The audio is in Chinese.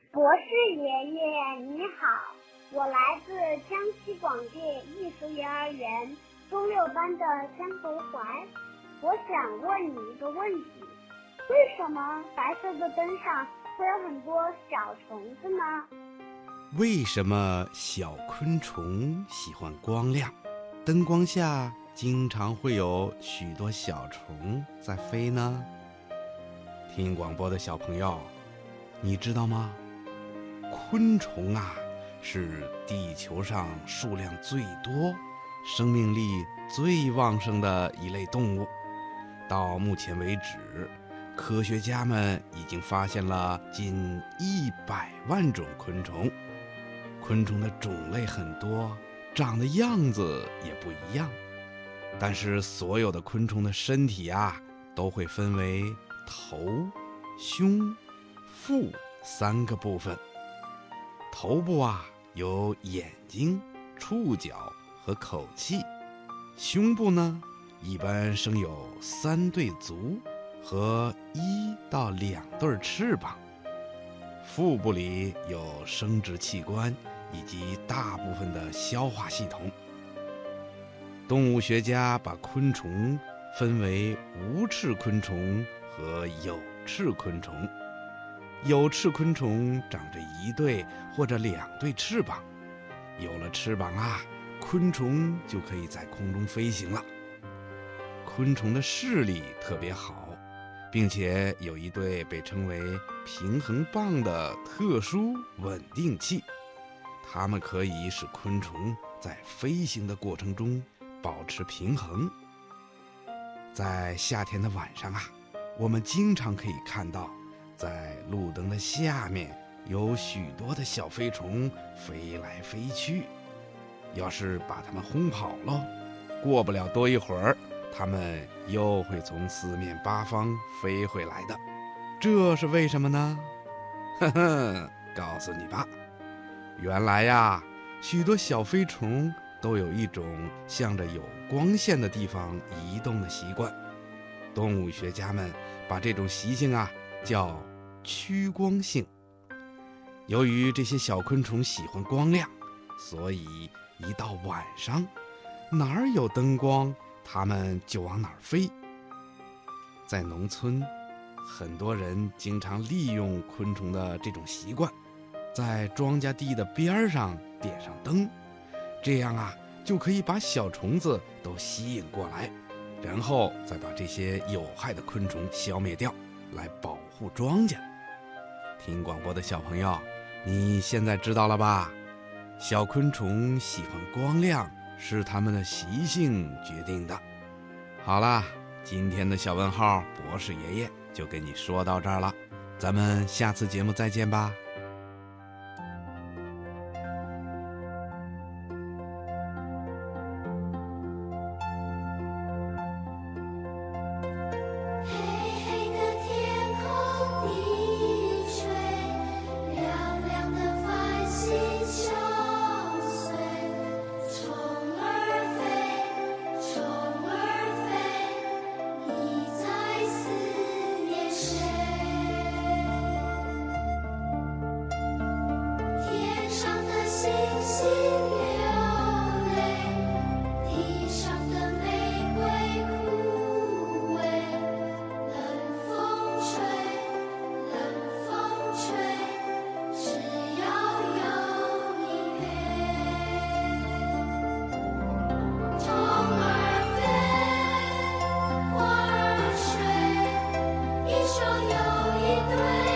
博士爷爷你好，我来自江西广电艺术幼儿园中6班的江德怀，我想问你一个问题，为什么白色的灯上会有很多小虫子呢？ 为什么小昆虫喜欢光亮？灯光下经常会有许多小虫在飞呢？听广播的小朋友，你知道吗？昆虫啊，是地球上数量最多、生命力最旺盛的一类动物。到目前为止，科学家们已经发现了近100万种昆虫。昆虫的种类很多，长的样子也不一样，但是所有的昆虫的身体啊，都会分为头、胸、腹3个部分。头部啊有眼睛、触角和口器，胸部呢一般生有3对足和1到2对翅膀，腹部里有生殖器官以及大部分的消化系统。动物学家把昆虫分为无翅昆虫和有翅昆虫。有翅昆虫长着1对或者2对翅膀，有了翅膀啊，昆虫就可以在空中飞行了。昆虫的视力特别好，并且有一对被称为平衡棒的特殊稳定器，它们可以使昆虫在飞行的过程中保持平衡。在夏天的晚上啊，我们经常可以看到在路灯的下面有许多的小飞虫飞来飞去，要是把它们轰跑了，过不了多一会儿，它们又会从4面8方飞回来的。这是为什么呢？告诉你吧，原来呀，许多小飞虫都有一种向着有光线的地方移动的习惯。动物学家们把这种习性啊叫趋光性。由于这些小昆虫喜欢光亮，所以一到晚上，哪儿有灯光，它们就往哪儿飞。在农村，很多人经常利用昆虫的这种习惯，在庄稼地的边上点上灯，这样啊，就可以把小虫子都吸引过来，然后再把这些有害的昆虫消灭掉，来保护庄稼。听广播的小朋友，你现在知道了吧？小昆虫喜欢光亮，是它们的习性决定的。好啦，今天的小问号博士爷爷就跟你说到这儿了，咱们下次节目再见吧。 有一对